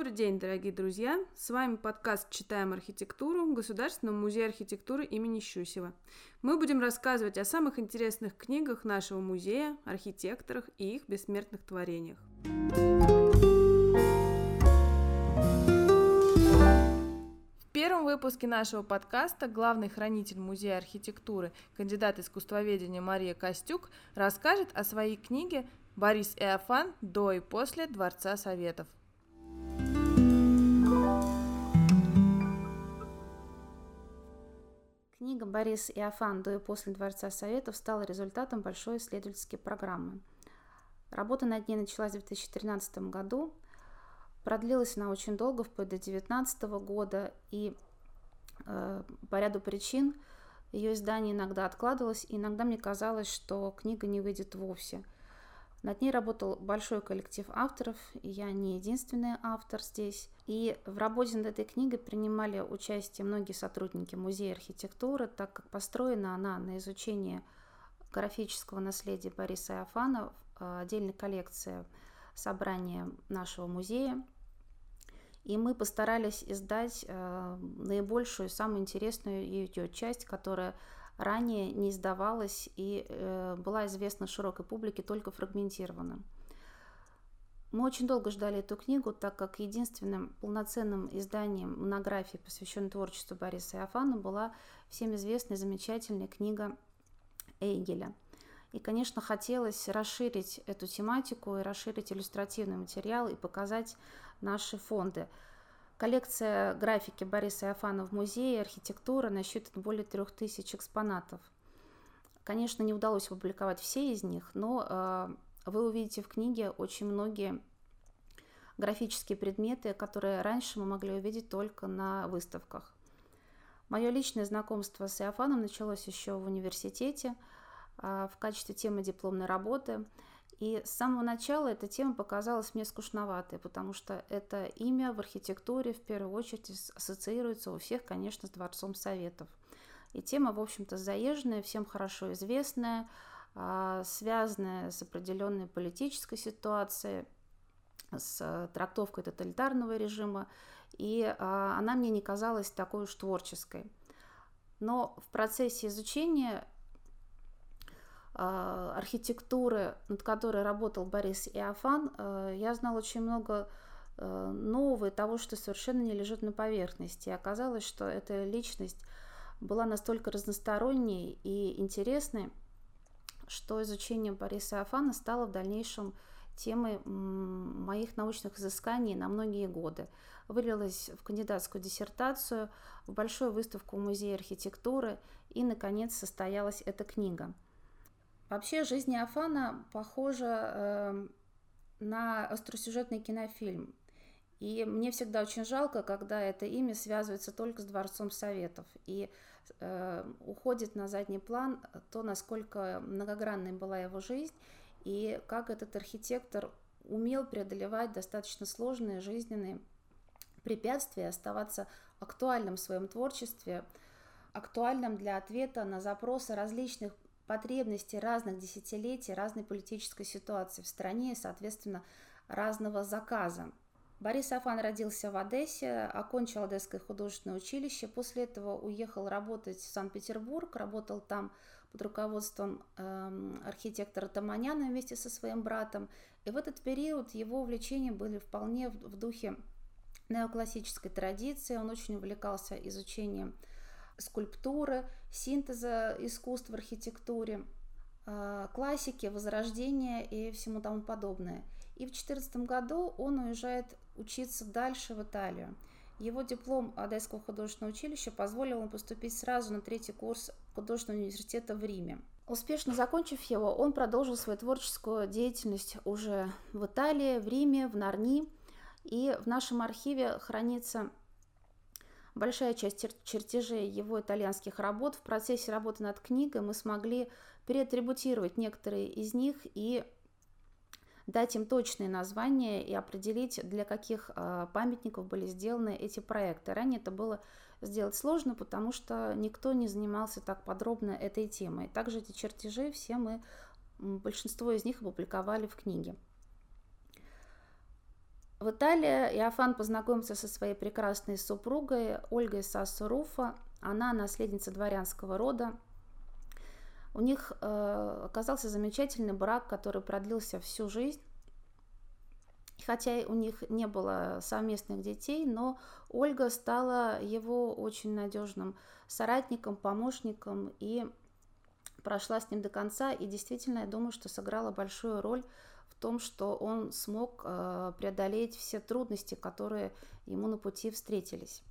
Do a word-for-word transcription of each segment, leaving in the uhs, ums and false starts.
Добрый день, дорогие друзья! С вами подкаст «Читаем архитектуру» Государственного музея архитектуры имени Щусева. Мы будем рассказывать о самых интересных книгах нашего музея, архитекторах и их бессмертных творениях. В первом выпуске нашего подкаста главный хранитель Музея архитектуры, кандидат искусствоведения Мария Костюк расскажет о своей книге «Борис Иофан. До и после Дворца Советов». Книга «Борис Иофан. До и после Дворца Советов» стала результатом большой исследовательской программы. Работа над ней началась в две тысячи тринадцатом году, продлилась она очень долго, вплоть до две тысячи девятнадцатого года, и э, по ряду причин ее издание иногда откладывалось, и иногда мне казалось, что книга не выйдет вовсе. Над ней работал большой коллектив авторов, и я не единственный автор здесь. И в работе над этой книгой принимали участие многие сотрудники Музея архитектуры, так как построена она на изучении графического наследия Бориса Иофана, отдельной коллекции собрания нашего музея. И мы постарались издать наибольшую, самую интересную ее часть, которая ранее не издавалась и э, была известна широкой публике только фрагментированно. Мы очень долго ждали эту книгу, так как единственным полноценным изданием монографии, посвященной творчеству Бориса Иофана, была всем известная замечательная книга Эйгеля. И, конечно, хотелось расширить эту тематику и расширить иллюстративный материал и показать наши фонды. Коллекция графики Бориса Иофана в музее архитектуры насчитывает более трех тысяч экспонатов. Конечно, не удалось опубликовать все из них, но э, вы увидите в книге очень многие графические предметы, которые раньше мы могли увидеть только на выставках. Мое личное знакомство с Иофаном началось еще в университете э, в качестве темы дипломной работы. И с самого начала эта тема показалась мне скучноватой, потому что это имя в архитектуре в первую очередь ассоциируется у всех, конечно, с Дворцом Советов. И тема, в общем-то, заезженная, всем хорошо известная, связанная с определенной политической ситуацией, с трактовкой тоталитарного режима, и она мне не казалась такой уж творческой. Но в процессе изучения архитектуры, над которой работал Борис Иофан, я знала очень много нового и того, что совершенно не лежит на поверхности. И оказалось, что эта личность была настолько разносторонней и интересной, что изучение Бориса Иофана стало в дальнейшем темой моих научных изысканий на многие годы. Вылилась в кандидатскую диссертацию, в большую выставку в Музее архитектуры, и, наконец, состоялась эта книга. Вообще, жизнь Иофана похожа э, на остросюжетный кинофильм. И мне всегда очень жалко, когда это имя связывается только с Дворцом Советов и э, уходит на задний план то, насколько многогранной была его жизнь, и как этот архитектор умел преодолевать достаточно сложные жизненные препятствия, оставаться актуальным в своем творчестве, актуальным для ответа на запросы различных потребностей разных десятилетий, разной политической ситуации в стране и, соответственно, разного заказа. Борис Иофан родился в Одессе, окончил Одесское художественное училище, после этого уехал работать в Санкт-Петербург, работал там под руководством э, архитектора Таманяна вместе со своим братом. И в этот период его увлечения были вполне в, в духе неоклассической традиции. Он очень увлекался изучением скульптуры, синтеза искусств в архитектуре, классики, возрождения и всему тому подобное. И в две тысячи четырнадцатом году он уезжает учиться дальше в Италию. Его диплом Одесского художественного училища позволил ему поступить сразу на третий курс художественного университета в Риме. Успешно закончив его, он продолжил свою творческую деятельность уже в Италии, в Риме, в Нарни. И в нашем архиве хранится большая часть чертежей его итальянских работ. В процессе работы над книгой мы смогли переатрибутировать некоторые из них и дать им точные названия и определить, для каких памятников были сделаны эти проекты. Ранее это было сделать сложно, потому что никто не занимался так подробно этой темой. Также эти чертежи все мы, большинство из них опубликовали в книге. В Италии Иофан познакомился со своей прекрасной супругой Ольгой Сассо Руффо. Она наследница дворянского рода. У них э, оказался замечательный брак, который продлился всю жизнь. Хотя у них не было совместных детей, но Ольга стала его очень надежным соратником, помощником и прошла с ним до конца. И действительно, я думаю, что сыграла большую роль в том, что он смог э, преодолеть все трудности, которые ему на пути встретились.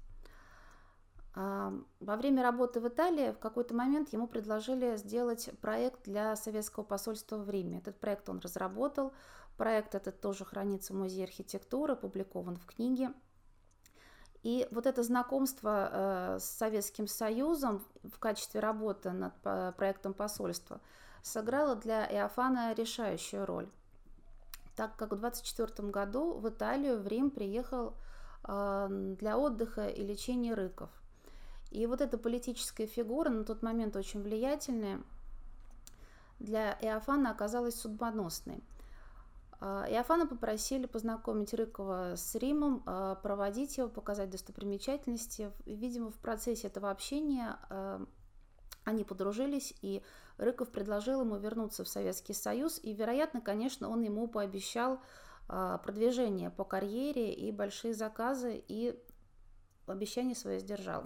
Во время работы в Италии в какой-то момент ему предложили сделать проект для советского посольства в Риме. Этот проект он разработал. Проект этот тоже хранится в Музее архитектуры, опубликован в книге. И вот это знакомство с Советским Союзом в качестве работы над проектом посольства сыграло для Иофана решающую роль, так как в двадцать четвёртом году в Италию, в Рим приехал для отдыха и лечения рыков. И вот эта политическая фигура, на тот момент очень влиятельная, для Иофана оказалась судьбоносной. Иофана попросили познакомить Рыкова с Римом, проводить его, показать достопримечательности. Видимо, в процессе этого общения они подружились, и Рыков предложил ему вернуться в Советский Союз, и, вероятно, конечно, он ему пообещал продвижение по карьере и большие заказы, и обещание свое сдержал.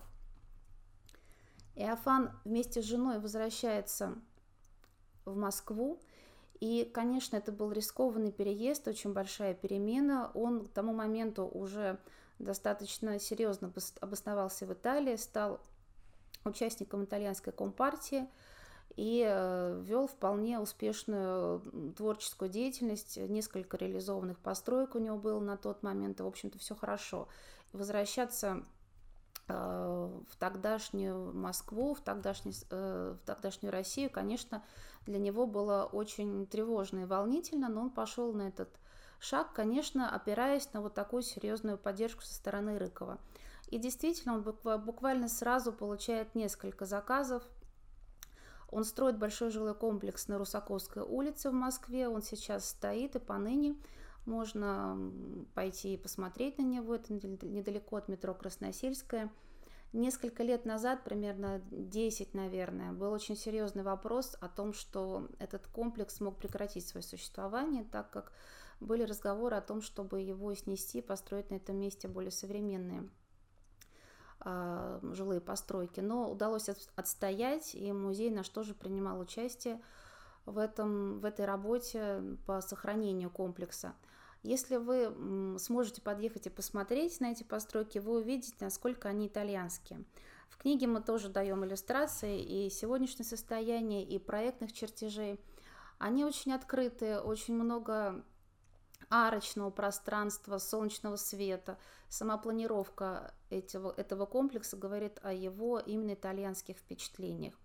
Иофан вместе с женой возвращается в Москву, и, конечно, это был рискованный переезд, очень большая перемена. Он к тому моменту уже достаточно серьезно обосновался в Италии, стал участником итальянской компартии и вел вполне успешную творческую деятельность. Несколько реализованных построек у него было на тот момент, и, в общем-то, все хорошо. Возвращаться в тогдашнюю Москву, в, тогдашний, в тогдашнюю Россию, конечно, для него было очень тревожно и волнительно, но он пошел на этот шаг, конечно, опираясь на вот такую серьезную поддержку со стороны Рыкова. И действительно, он буквально сразу получает несколько заказов. Он строит большой жилой комплекс на Русаковской улице в Москве, он сейчас стоит и поныне. Можно пойти и посмотреть на него, это недалеко от метро Красносельская. Несколько лет назад, примерно десять, наверное, был очень серьезный вопрос о том, что этот комплекс мог прекратить свое существование, так как были разговоры о том, чтобы его снести, построить на этом месте более современные э, жилые постройки. Но удалось отстоять, и музей наш тоже принимал участие в, этом, в этой работе по сохранению комплекса. Если вы сможете подъехать и посмотреть на эти постройки, вы увидите, насколько они итальянские. В книге мы тоже даем иллюстрации и сегодняшнее состояние, и проектных чертежей. Они очень открытые, очень много арочного пространства, солнечного света. Сама планировка этого, этого комплекса говорит о его именно итальянских впечатлениях.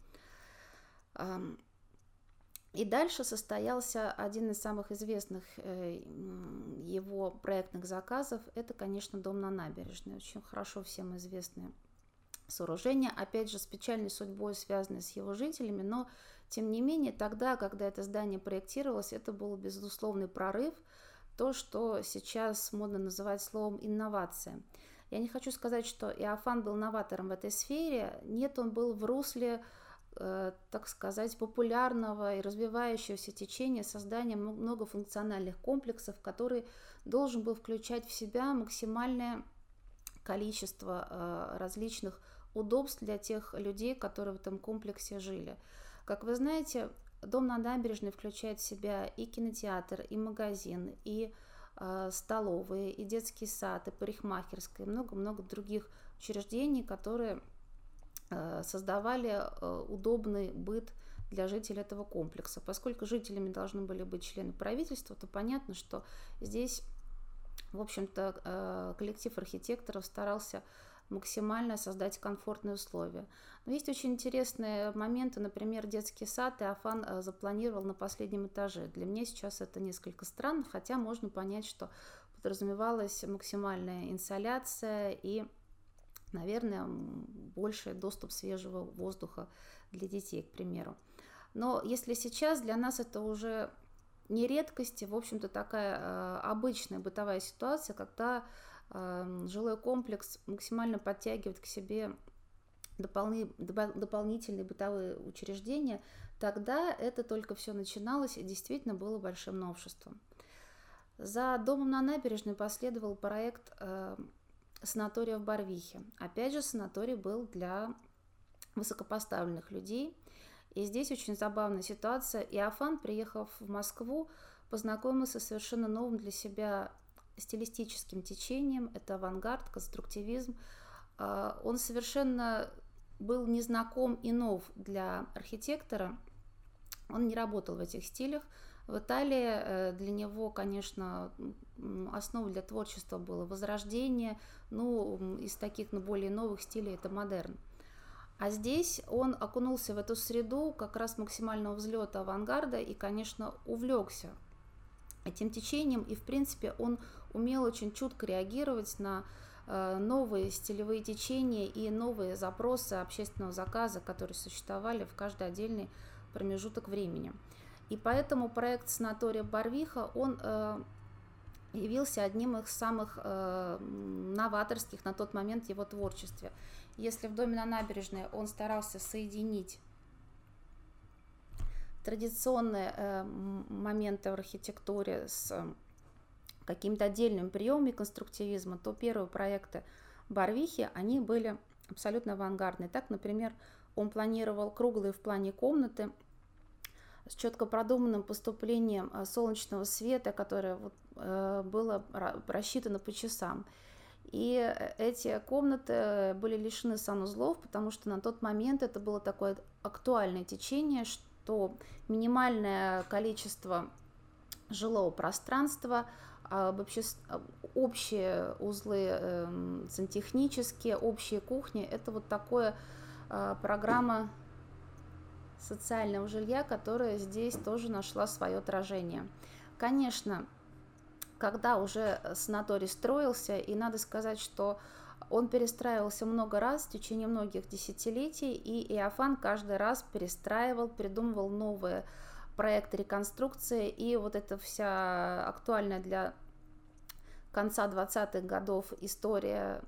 И дальше состоялся один из самых известных его проектных заказов. Это, конечно, дом на набережной. Очень хорошо всем известное сооружение. Опять же, с печальной судьбой, связанной с его жителями. Но, тем не менее, тогда, когда это здание проектировалось, это был безусловный прорыв. То, что сейчас модно называть словом «инновация». Я не хочу сказать, что Иофан был новатором в этой сфере. Нет, он был в русле, так сказать, популярного и развивающегося течения создания многофункциональных комплексов, который должен был включать в себя максимальное количество различных удобств для тех людей, которые в этом комплексе жили. Как вы знаете, дом на набережной включает в себя и кинотеатр, и магазин, и столовые, и детский сад, и парикмахерская, и много-много других учреждений, которые создавали удобный быт для жителей этого комплекса. Поскольку жителями должны были быть члены правительства, то понятно, что здесь, в общем-то, коллектив архитекторов старался максимально создать комфортные условия. Но есть очень интересные моменты, например, детский сад Иофан запланировал на последнем этаже. Для меня сейчас это несколько странно, хотя можно понять, что подразумевалась максимальная инсоляция и, наверное, больший доступ свежего воздуха для детей, к примеру. Но если сейчас для нас это уже не редкость, в общем-то, такая обычная бытовая ситуация, когда жилой комплекс максимально подтягивает к себе дополни, дополнительные бытовые учреждения, тогда это только все начиналось и действительно было большим новшеством. За домом на набережной последовал проект э, санатория в Барвихе. Опять же, санаторий был для высокопоставленных людей. И здесь очень забавная ситуация. Иофан, приехав в Москву, познакомился с совершенно новым для себя стилистическим течением. Это авангард, конструктивизм. Э, он совершенно был незнаком и нов для архитектора. Он не работал в этих стилях. В Италии для него, конечно, основой для творчества было возрождение, ну, из таких, ну, более новых стилей это модерн. А здесь он окунулся в эту среду как раз максимального взлета авангарда и, конечно, увлекся этим течением, и, в принципе, он умел очень чутко реагировать на новые стилевые течения и новые запросы общественного заказа, которые существовали в каждый отдельный промежуток времени. И поэтому проект санатория Барвиха, он э, явился одним из самых э, новаторских на тот момент его творчестве. Если в доме на набережной он старался соединить традиционные э, моменты в архитектуре с какими-то отдельными приемами конструктивизма, то первые проекты Барвихи, они были абсолютно авангардные. Так, например, он планировал круглые в плане комнаты с четко продуманным поступлением солнечного света, которое вот, э, было рассчитано по часам. И эти комнаты были лишены санузлов, потому что на тот момент это было такое актуальное течение, что минимальное количество жилого пространства, вообще общие узлы э, сантехнические, общие кухни, это вот такое э, программа социального жилья, которая здесь тоже нашла свое отражение. Конечно, когда уже санаторий строился, и надо сказать, что он перестраивался много раз в течение многих десятилетий, и Иофан каждый раз перестраивал, придумывал новые проекты реконструкции, и вот эта вся актуальная для конца двадцатых годов история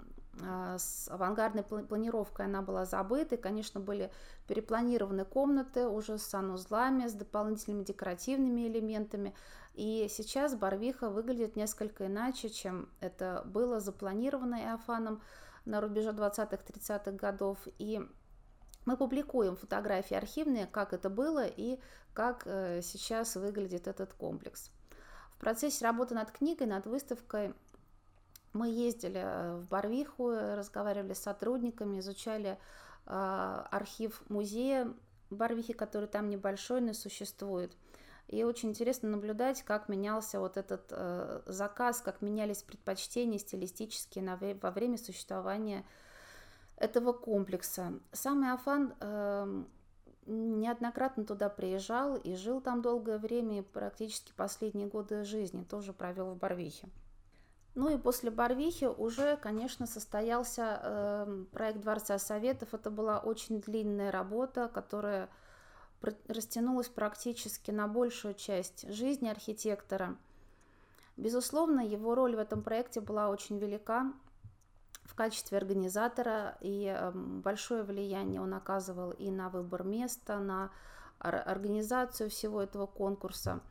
с авангардной планировкой, она была забыта, и, конечно, были перепланированы комнаты уже с санузлами, с дополнительными декоративными элементами, и сейчас Барвиха выглядит несколько иначе, чем это было запланировано Иофаном на рубеже двадцатых-тридцатых годов, и мы публикуем фотографии архивные, как это было и как сейчас выглядит этот комплекс. В процессе работы над книгой, над выставкой мы ездили в Барвиху, разговаривали с сотрудниками, изучали э, архив музея Барвихи, который там небольшой, но существует. И очень интересно наблюдать, как менялся вот этот э, заказ, как менялись предпочтения стилистические на, во время существования этого комплекса. Сам Иофан э, неоднократно туда приезжал и жил там долгое время, и практически последние годы жизни тоже провел в Барвихе. Ну и после Барвихи уже, конечно, состоялся э, проект Дворца Советов. Это была очень длинная работа, которая растянулась практически на большую часть жизни архитектора. Безусловно, его роль в этом проекте была очень велика в качестве организатора, и э, большое влияние он оказывал и на выбор места, на организацию всего этого конкурса.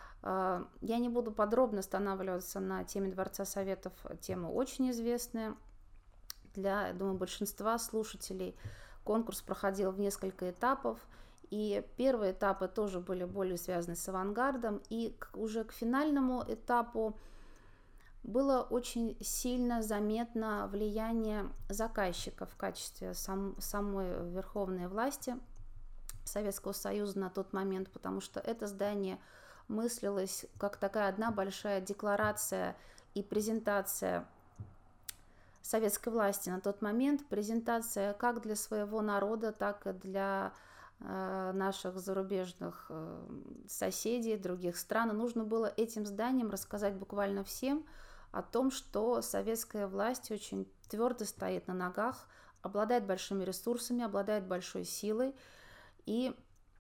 Я не буду подробно останавливаться на теме Дворца Советов, тема очень известная для, я думаю, большинства слушателей. Конкурс проходил в несколько этапов, и первые этапы тоже были более связаны с авангардом, и уже к финальному этапу было очень сильно заметно влияние заказчика в качестве сам, самой верховной власти Советского Союза на тот момент, потому что это здание мыслилось как такая одна большая декларация и презентация советской власти на тот момент, презентация как для своего народа, так и для э, наших зарубежных э, соседей, других стран. Нужно было этим зданием рассказать буквально всем о том, что советская власть очень твердо стоит на ногах, обладает большими ресурсами, обладает большой силой, и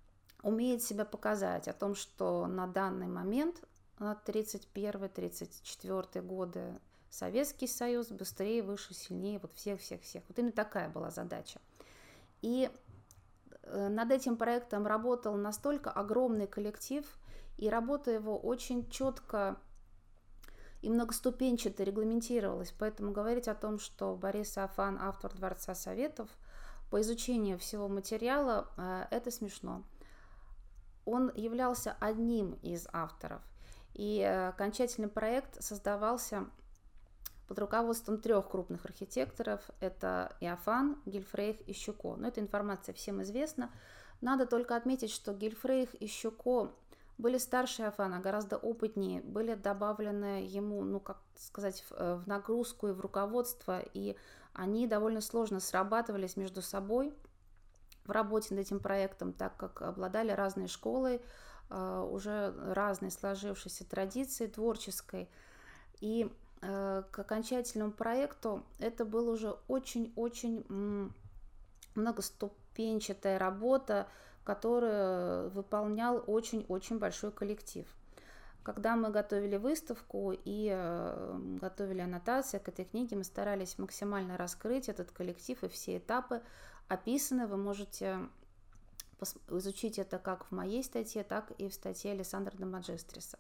умеет себя показать, о том, что на данный момент, на тридцать первый тридцать четвёртый годы, Советский Союз быстрее, выше, сильнее, вот всех-всех-всех. Вот именно такая была задача. И над этим проектом работал настолько огромный коллектив, и работа его очень четко и многоступенчато регламентировалась. Поэтому говорить о том, что Борис Иофан автор Дворца Советов, по изучению всего материала, это смешно. Он являлся одним из авторов, и окончательный проект создавался под руководством трех крупных архитекторов. Это Иофан, Гильфрейх и Щуко. Но эта информация всем известна. Надо только отметить, что Гильфрейх и Щуко были старше Иофана, гораздо опытнее, были добавлены ему, ну, как сказать, в нагрузку и в руководство, и они довольно сложно срабатывались между собой в работе над этим проектом, так как обладали разной школой, уже разной сложившейся традицией творческой. И к окончательному проекту это была уже очень-очень многоступенчатая работа, которую выполнял очень-очень большой коллектив. Когда мы готовили выставку и готовили аннотации к этой книге, мы старались максимально раскрыть этот коллектив, и все этапы описаны. Вы можете изучить это как в моей статье, так и в статье Алессандро де Маджестриса.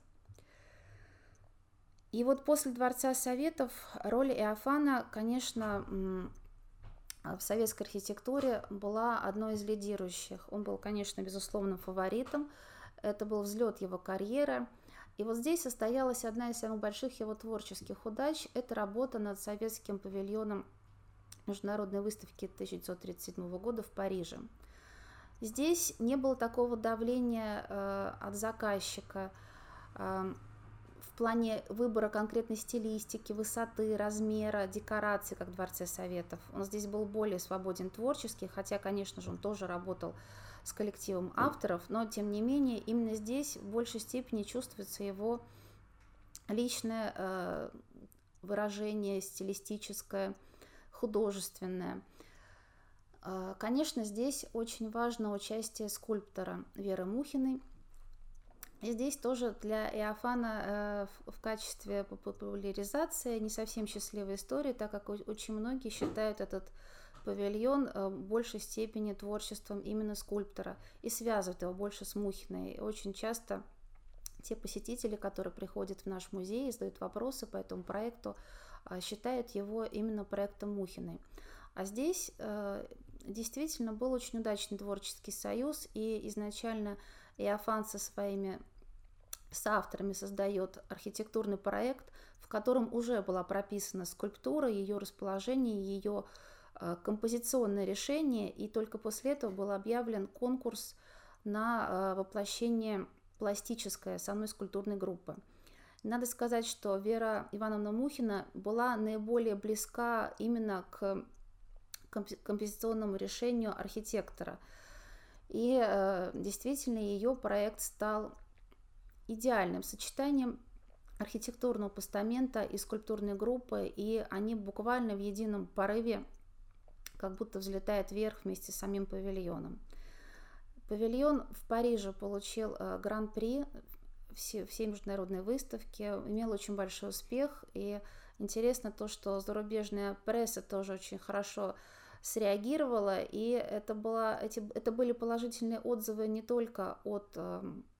И вот после Дворца Советов роль Иофана, конечно, в советской архитектуре была одной из лидирующих. Он был, конечно, безусловным фаворитом. Это был взлет его карьеры. И вот здесь состоялась одна из самых больших его творческих удач. Это работа над советским павильоном международной выставки тысяча девятьсот тридцать седьмого года в Париже. Здесь не было такого давления э, от заказчика э, в плане выбора конкретной стилистики, высоты, размера, декораций, как в Дворце Советов. Он здесь был более свободен творчески, хотя, конечно же, он тоже работал с коллективом авторов, но, тем не менее, именно здесь в большей степени чувствуется его личное э, выражение, стилистическое, художественное. Э, конечно, здесь очень важно участие скульптора Веры Мухиной. И здесь тоже для Иофана э, в, в качестве популяризации не совсем счастливая история, так как очень многие считают этот павильон в большей степени творчеством именно скульптора и связывают его больше с Мухиной. И очень часто те посетители, которые приходят в наш музей и задают вопросы по этому проекту, считают его именно проектом Мухиной. А здесь э, действительно был очень удачный творческий союз, и изначально Иофан со своими соавторами создает архитектурный проект, в котором уже была прописана скульптура, ее расположение, ее э, композиционное решение, и только после этого был объявлен конкурс на э, воплощение пластическое самой скульптурной группы. Надо сказать, что Вера Ивановна Мухина была наиболее близка именно к композиционному решению архитектора. И э, действительно ее проект стал идеальным сочетанием архитектурного постамента и скульптурной группы, и они буквально в едином порыве как будто взлетают вверх вместе с самим павильоном. Павильон в Париже получил э, гран-при все, все международные выставки, имел очень большой успех, и интересно то, что зарубежная пресса тоже очень хорошо среагировала, и это, была, эти, это были положительные отзывы не только от э,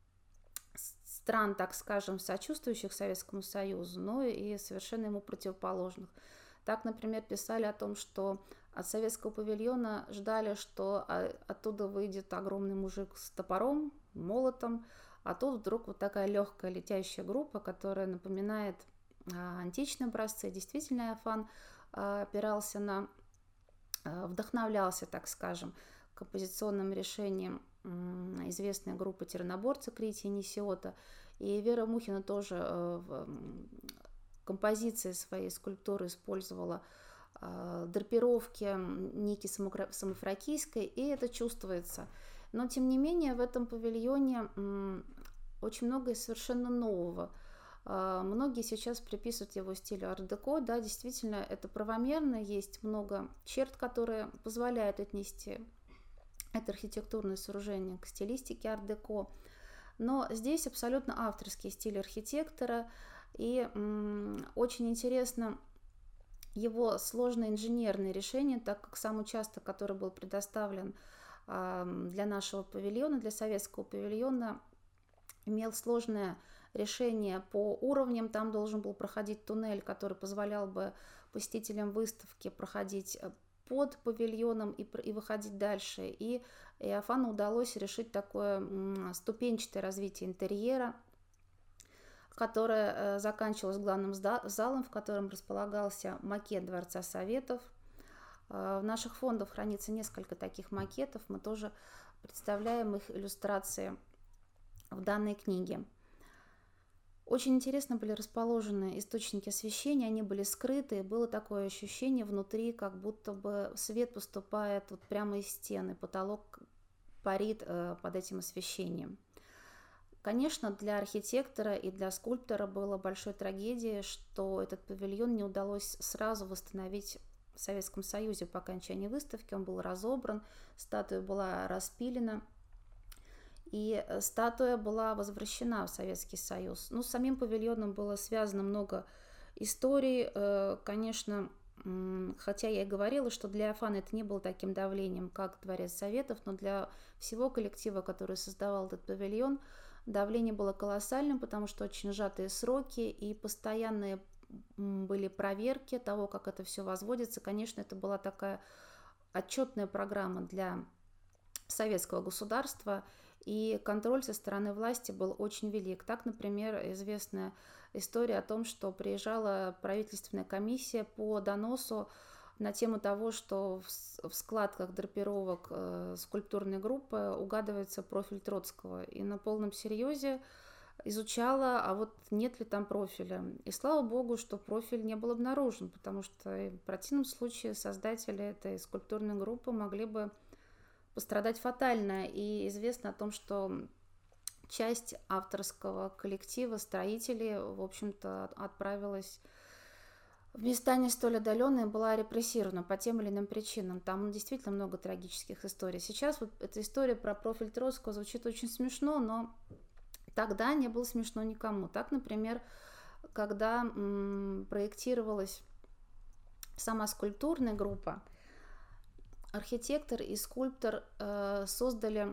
стран, так скажем, сочувствующих Советскому Союзу, но и совершенно ему противоположных. Так, например, писали о том, что от советского павильона ждали, что оттуда выйдет огромный мужик с топором, молотом, а тут вдруг вот такая легкая летящая группа, которая напоминает а, античные образцы. Действительно, Иофан а, опирался на вдохновлялся, так скажем, композиционным решением известной группы тираноборца Крития Несиота. И Вера Мухина тоже в композиции своей скульптуры использовала драпировки Ники Самофракийской, и это чувствуется. Но, тем не менее, в этом павильоне очень многое совершенно нового. Многие сейчас приписывают его стилю ар-деко, да, действительно, это правомерно, есть много черт, которые позволяют отнести Это архитектурное сооружение к стилистике ар-деко. Но здесь абсолютно авторский стиль архитектора. И м, очень интересно его сложные инженерные решения, так как самый участок, который был предоставлен э, для нашего павильона, для советского павильона, имел сложное решение по уровням. Там должен был проходить туннель, который позволял бы посетителям выставки проходить под павильоном и, и выходить дальше. И Иофану удалось решить такое м, ступенчатое развитие интерьера, которое э, заканчивалось главным залом, в котором располагался макет Дворца Советов. Э, в наших фондах хранится несколько таких макетов. Мы тоже представляем их иллюстрации в данной книге. Очень интересно были расположены источники освещения, они были скрыты, и было такое ощущение внутри, как будто бы свет поступает вот прямо из стены, потолок парит э, под этим освещением. Конечно, для архитектора и для скульптора было большой трагедией, что этот павильон не удалось сразу восстановить в Советском Союзе по окончании выставки. Он был разобран, статуя была распилена, и статуя была возвращена в Советский Союз. Ну, с самим павильоном было связано много историй. Конечно, хотя я и говорила, что для Иофана это не было таким давлением, как Дворец Советов, но для всего коллектива, который создавал этот павильон, давление было колоссальным, потому что очень сжатые сроки и постоянные были проверки того, как это все возводится. Конечно, это была такая отчетная программа для советского государства, и контроль со стороны власти был очень велик. Так, например, известная история о том, что приезжала правительственная комиссия по доносу на тему того, что в складках драпировок э, скульптурной группы угадывается профиль Троцкого. И на полном серьезе изучала, а вот нет ли там профиля. И слава богу, что профиль не был обнаружен, потому что в противном случае создатели этой скульптурной группы могли бы пострадать фатально. И известно о том, что часть авторского коллектива, строителей, в общем-то, отправилась в места не столь отдаленные, была репрессирована по тем или иным причинам. Там действительно много трагических историй. Сейчас вот эта история про профиль Троцкого звучит очень смешно, но тогда не было смешно никому. Так, например, когда м, проектировалась сама скульптурная группа, архитектор и скульптор э, создали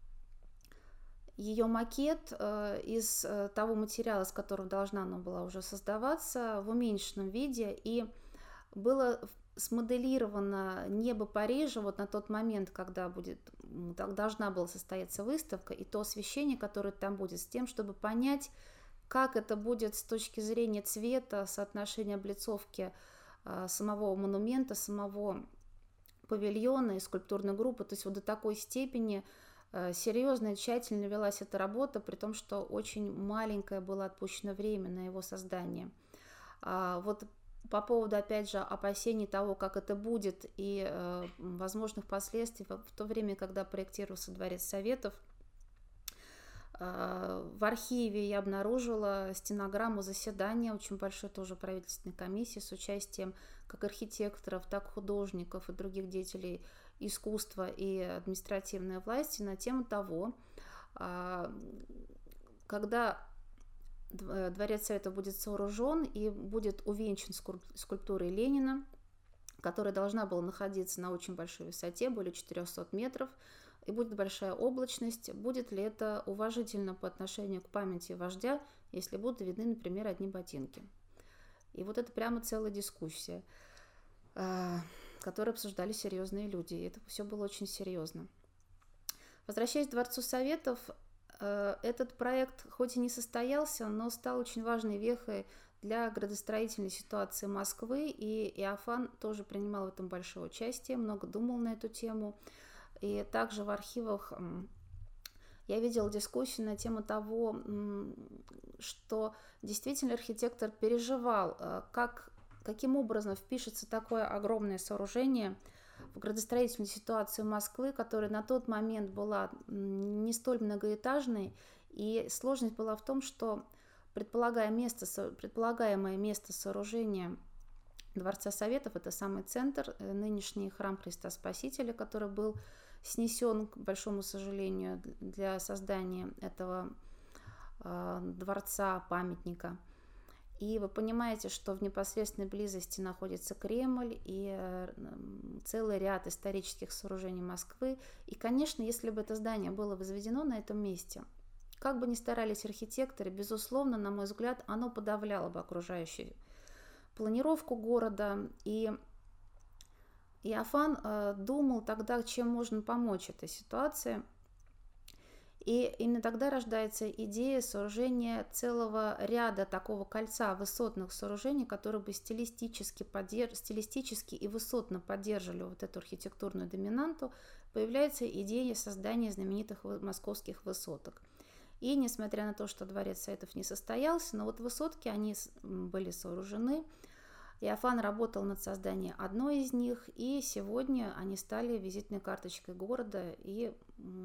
ее макет э, из э, того материала, из которого должна она была уже создаваться, в уменьшенном виде, и было смоделировано небо Парижа вот на тот момент, когда будет, должна была состояться выставка, и то освещение, которое там будет, с тем, чтобы понять, как это будет с точки зрения цвета, соотношения облицовки э, самого монумента, самого павильона и скульптурной группы. То есть вот до такой степени серьезно и тщательно велась эта работа, при том, что очень маленькое было отпущено время на его создание. Вот по поводу, опять же, опасений того, как это будет, и возможных последствий, в то время, когда проектировался Дворец Советов, в архиве я обнаружила стенограмму заседания очень большой тоже правительственной комиссии с участием как архитекторов, так художников и других деятелей искусства и административной власти на тему того, когда Дворец Советов будет сооружен и будет увенчан скульптурой Ленина, которая должна была находиться на очень большой высоте, более четырехсот метров, и будет большая облачность. Будет ли это уважительно по отношению к памяти вождя, если будут видны, например, одни ботинки? И вот это прямо целая дискуссия, которые обсуждали серьезные люди. И это все было очень серьезно. Возвращаясь к Дворцу Советов, этот проект хоть и не состоялся, но стал очень важной вехой для градостроительной ситуации Москвы, и Иофан тоже принимал в этом большое участие, много думал на эту тему. И также в архивах я видела дискуссию на тему того, что действительно архитектор переживал, как, каким образом впишется такое огромное сооружение в градостроительную ситуацию Москвы, которая на тот момент была не столь многоэтажной, и сложность была в том, что предполагаемое место, предполагаемое место сооружения Дворца Советов. Это самый центр, нынешний храм Христа Спасителя, который был снесен, к большому сожалению, для создания этого э, дворца, памятника. И вы понимаете, что в непосредственной близости находится Кремль и э, целый ряд исторических сооружений Москвы. И, конечно, если бы это здание было возведено на этом месте, как бы ни старались архитекторы, безусловно, на мой взгляд, оно подавляло бы окружающую планировку города. И Иофан э, думал тогда, чем можно помочь этой ситуации. И именно тогда рождается идея сооружения целого ряда такого кольца высотных сооружений, которые бы стилистически, поддерж... стилистически и высотно поддерживали вот эту архитектурную доминанту. Появляется идея создания знаменитых московских высоток. И несмотря на то, что Дворец Советов не состоялся, но вот высотки, они были сооружены. Иофан работал над созданием одной из них, и сегодня они стали визитной карточкой города. И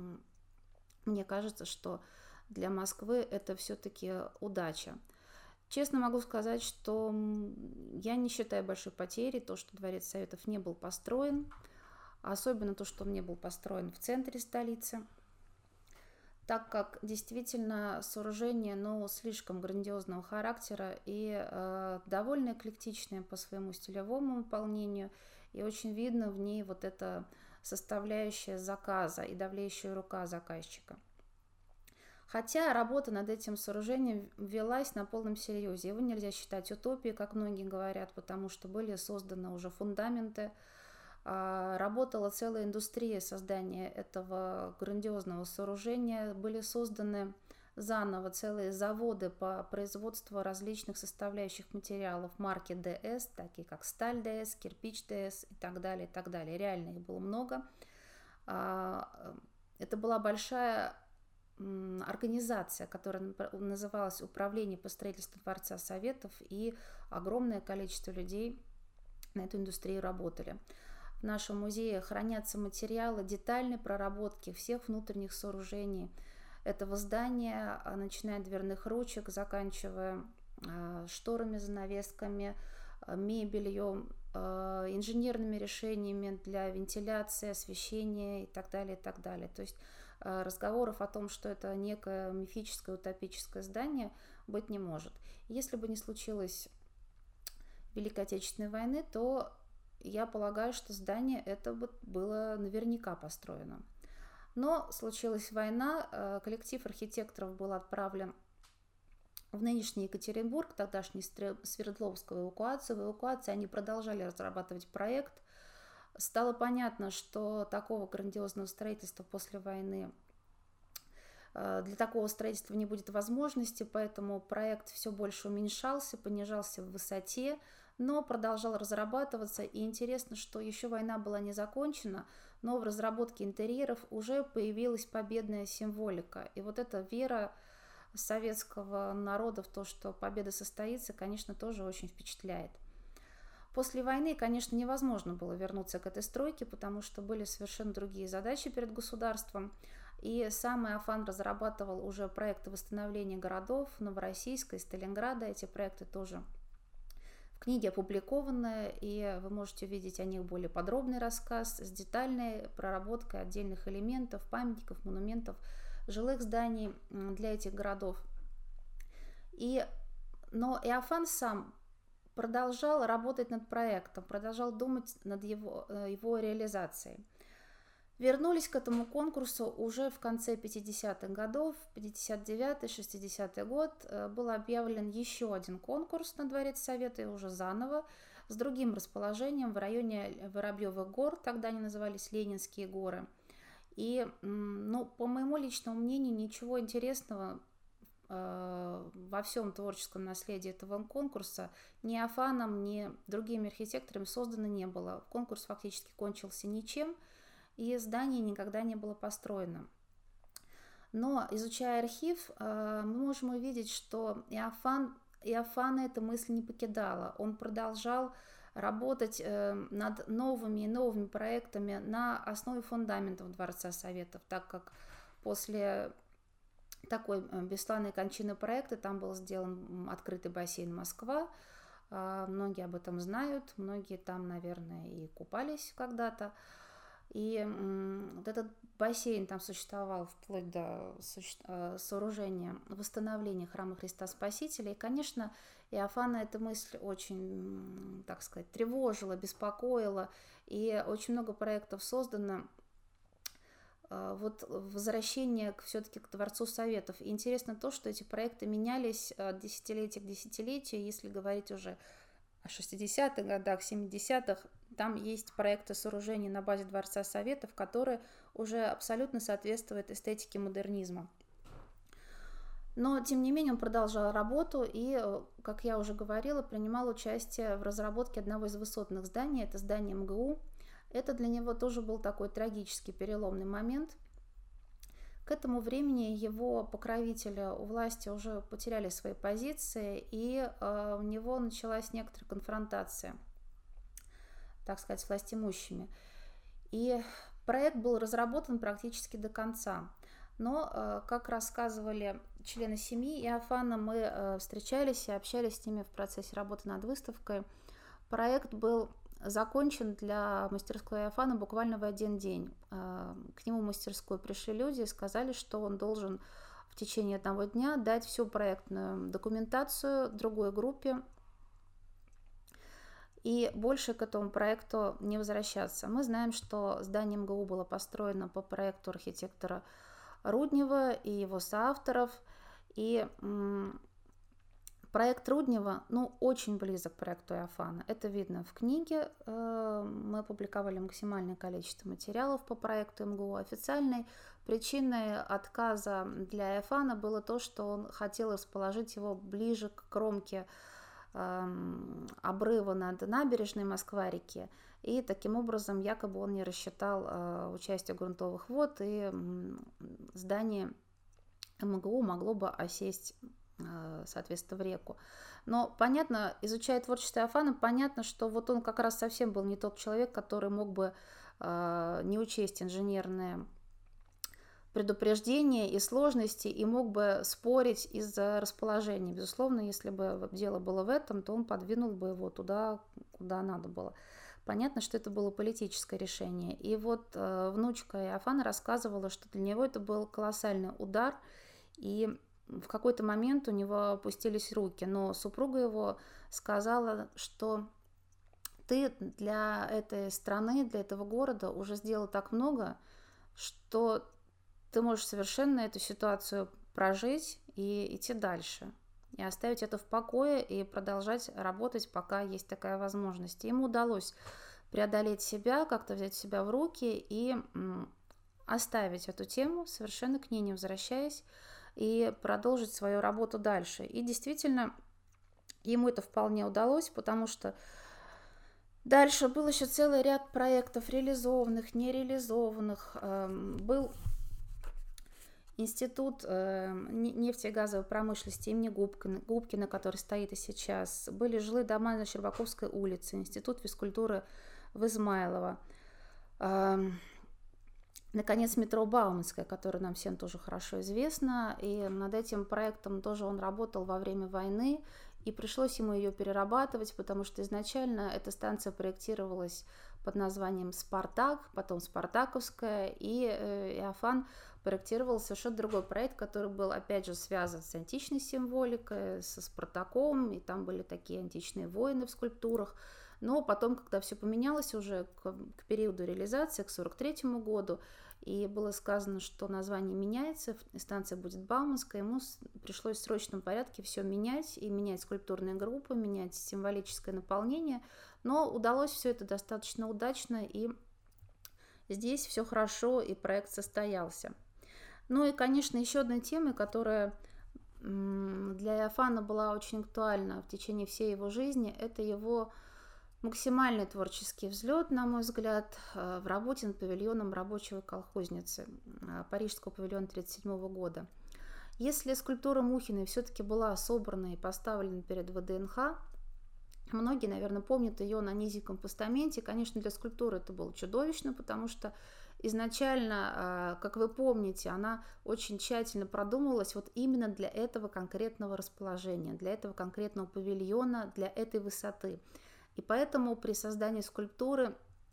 мне кажется, что для Москвы это все-таки удача. Честно могу сказать, что я не считаю большой потерей то, что Дворец Советов не был построен, особенно то, что он не был построен в центре столицы, так как действительно сооружение, ну, слишком грандиозного характера и э, довольно эклектичное по своему стилевому выполнению, и очень видно в ней вот эта составляющая заказа и давлеющая рука заказчика. Хотя работа над этим сооружением велась на полном серьезе. Его нельзя считать утопией, как многие говорят, потому что были созданы уже фундаменты, работала целая индустрия создания этого грандиозного сооружения, были созданы заново целые заводы по производству различных составляющих материалов марки ДС, такие как сталь ДС, кирпич ДС и так далее, и так далее. Реально их было много. Это была большая организация, которая называлась Управление по строительству Дворца Советов, и огромное количество людей на эту индустрию работали. В нашем музее хранятся материалы детальной проработки всех внутренних сооружений этого здания, начиная от дверных ручек, заканчивая шторами, занавесками, мебелью, инженерными решениями для вентиляции, освещения и так далее, и так далее. То есть разговоров о том, что это некое мифическое, утопическое здание, быть не может. Если бы не случилось Великой Отечественной войны, то я полагаю, что здание это было наверняка построено. Но случилась война, коллектив архитекторов был отправлен в нынешний Екатеринбург, тогдашний Свердловскую эвакуацию. В эвакуации они продолжали разрабатывать проект. Стало понятно, что такого грандиозного строительства после войны, для такого строительства не будет возможности, поэтому проект все больше уменьшался, понижался в высоте, но продолжал разрабатываться. И интересно, что еще война была не закончена, но в разработке интерьеров уже появилась победная символика. И вот эта вера советского народа в то, что победа состоится, конечно, тоже очень впечатляет. После войны, конечно, невозможно было вернуться к этой стройке, потому что были совершенно другие задачи перед государством. И сам Иофан разрабатывал уже проекты восстановления городов Новороссийска и Сталинграда. Эти проекты тоже в книге опубликованы, и вы можете увидеть о них более подробный рассказ с детальной проработкой отдельных элементов, памятников, монументов, жилых зданий для этих городов. И, но Иофан сам продолжал работать над проектом, продолжал думать над его, его реализацией. Вернулись к этому конкурсу уже в конце пятидесятых годов, пятьдесят девятый шестидесятый год, был объявлен еще один конкурс на Дворец Совета, и уже заново, с другим расположением в районе Воробьевых гор, тогда они назывались Ленинские горы. И, ну, по моему личному мнению, ничего интересного э, во всем творческом наследии этого конкурса ни Иофаном, ни другими архитекторами создано не было. Конкурс фактически кончился ничем, и здание никогда не было построено. Но, изучая архив, мы можем увидеть, что Иофан, Иофана эта мысль не покидала. Он продолжал работать над новыми и новыми проектами на основе фундаментов Дворца Советов, так как после такой бесславной кончины проекта там был сделан открытый бассейн Москва, Многие об этом знают, многие там, наверное, и купались когда-то. И вот этот бассейн там существовал вплоть до сооружения, восстановления храма Христа Спасителя. И, конечно, Иофана эта мысль очень, так сказать, тревожила, беспокоила. И очень много проектов создано. Вот возвращение все-таки к Дворцу Советов. И интересно то, что эти проекты менялись от десятилетия к десятилетию. Если говорить уже о шестидесятых годах, семидесятых, там есть проекты сооружений на базе Дворца Советов, которые уже абсолютно соответствуют эстетике модернизма. Но, тем не менее, он продолжал работу и, как я уже говорила, принимал участие в разработке одного из высотных зданий, это здание эм гэ у. Это для него тоже был такой трагический переломный момент. К этому времени его покровители у власти уже потеряли свои позиции, и э, у него началась некоторая конфронтация, так сказать, с властимущими. И проект был разработан практически до конца. Но, э, как рассказывали члены семьи Иофана, мы э, встречались и общались с ними в процессе работы над выставкой. Проект был закончен для мастерской Иофана буквально в один день. К нему в мастерскую пришли люди и сказали, что он должен в течение одного дня дать всю проектную документацию другой группе и больше к этому проекту не возвращаться. Мы знаем, что здание эм гэ у было построено по проекту архитектора Руднева и его соавторов, и проект Руднева, ну, очень близок к проекту Иофана. Это видно в книге. Мы опубликовали максимальное количество материалов по проекту эм гэ у. Официальной причиной отказа для Иофана было то, что он хотел расположить его ближе к кромке обрыва над набережной Москва-реки. И таким образом якобы он не рассчитал участие грунтовых вод, и здание эм гэ у могло бы осесть, соответственно, в реку. Но понятно, изучая творчество Иофана, понятно, что вот он как раз совсем был не тот человек, который мог бы э, не учесть инженерные предупреждения и сложности и мог бы спорить из-за расположения. Безусловно, если бы дело было в этом, то он подвинул бы его туда, куда надо было. Понятно, что это было политическое решение. И вот э, внучка Иофана рассказывала, что для него это был колоссальный удар, и в какой-то момент у него опустились руки, но супруга его сказала, что ты для этой страны, для этого города уже сделал так много, что ты можешь совершенно эту ситуацию прожить и идти дальше, и оставить это в покое и продолжать работать, пока есть такая возможность. И ему удалось преодолеть себя, как-то взять себя в руки и оставить эту тему, совершенно к ней не возвращаясь, и продолжить свою работу дальше. И действительно, ему это вполне удалось, потому что дальше был еще целый ряд проектов, реализованных, нереализованных. Был институт нефти и газовой промышленности имени Губкина, Губкина, который стоит и сейчас. Были жилые дома на Щербаковской улице, институт физкультуры в Измайлово. Наконец, метро Бауманская, которая нам всем тоже хорошо известна, и над этим проектом тоже он работал во время войны, и пришлось ему ее перерабатывать, потому что изначально эта станция проектировалась под названием «Спартак», потом «Спартаковская», и Иофан проектировал совершенно другой проект, который был, опять же, связан с античной символикой, со Спартаком, и там были такие античные воины в скульптурах. Но потом, когда все поменялось уже к, к периоду реализации, к сорок третьему году, и было сказано, что название меняется, станция будет Бауманская, ему пришлось в срочном порядке все менять, и менять скульптурные группы, менять символическое наполнение, но удалось все это достаточно удачно, и здесь все хорошо, и проект состоялся. Ну и, конечно, еще одной темой, которая для Иофана была очень актуальна в течение всей его жизни, это его максимальный творческий взлет, на мой взгляд, в работе над павильоном рабочего колхозницы Парижского павильона тысяча девятьсот тридцать седьмого года. Если скульптура Мухиной все-таки была собрана и поставлена перед вэ дэ эн ха, многие, наверное, помнят ее на низеньком постаменте. Конечно, для скульптуры это было чудовищно, потому что изначально, как вы помните, она очень тщательно продумывалась вот именно для этого конкретного расположения, для этого конкретного павильона, для этой высоты. И поэтому при создании скульптуры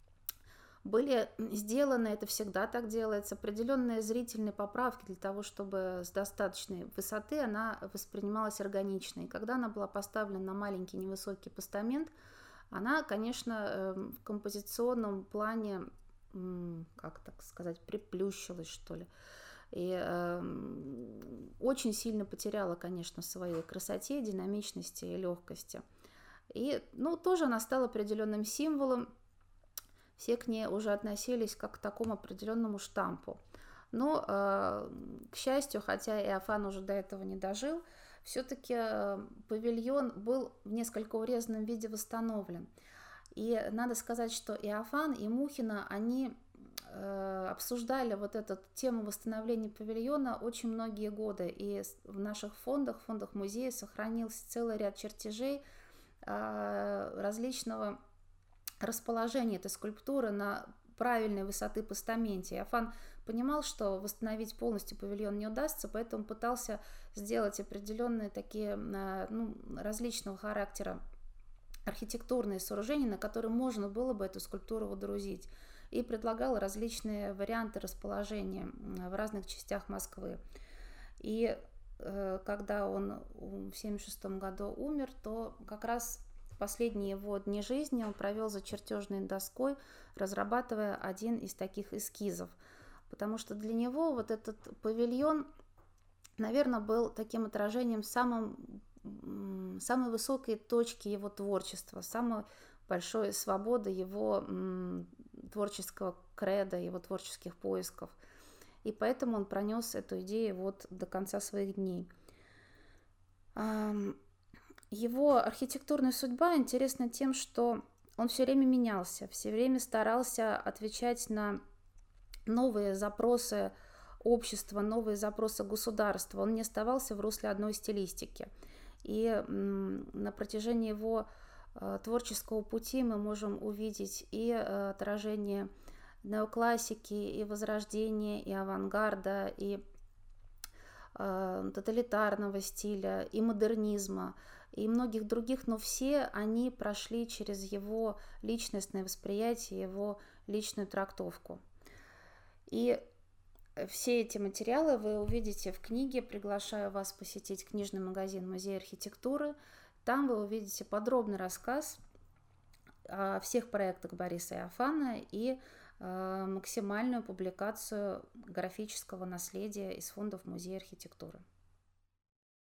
были сделаны, это всегда так делается, определенные зрительные поправки для того, чтобы с достаточной высоты она воспринималась органично. И когда она была поставлена на маленький невысокий постамент, она, конечно, в композиционном плане, как так сказать, приплющилась, что ли. И э, очень сильно потеряла, конечно, в своей красоте, динамичности и легкости. И, ну, тоже она стала определенным символом. Все к ней уже относились как к такому определенному штампу. Но, э, к счастью, хотя Иофан уже до этого не дожил, все-таки э, павильон был в несколько урезанном виде восстановлен. И надо сказать, что Иофан и Мухина, они э, обсуждали вот эту тему восстановления павильона очень многие годы. И в наших фондах, фондах музея сохранился целый ряд чертежей э, различного расположение этой скульптуры на правильной высоты постаменте. Иофан понимал, что восстановить полностью павильон не удастся, поэтому пытался сделать определенные такие, ну, различного характера архитектурные сооружения, на которые можно было бы эту скульптуру водрузить. И предлагал различные варианты расположения в разных частях Москвы. И э, когда он в семьдесят шестом году умер, то как раз последние его дни жизни он провел за чертежной доской, разрабатывая один из таких эскизов. Потому что для него вот этот павильон, наверное, был таким отражением самым, самой высокой точки его творчества, самой большой свободы его м, творческого кредо, его творческих поисков. И поэтому он пронес эту идею вот до конца своих дней. Его архитектурная судьба интересна тем, что он все время менялся, все время старался отвечать на новые запросы общества, новые запросы государства. Он не оставался в русле одной стилистики. И м, на протяжении его э, творческого пути мы можем увидеть и э, отражение неоклассики, и возрождения, и авангарда, и э, тоталитарного стиля, и модернизма, и многих других, но все они прошли через его личностное восприятие, его личную трактовку. И все эти материалы вы увидите в книге. Приглашаю вас посетить книжный магазин Музея архитектуры. Там вы увидите подробный рассказ о всех проектах Бориса Иофана и э, максимальную публикацию графического наследия из фондов Музея архитектуры.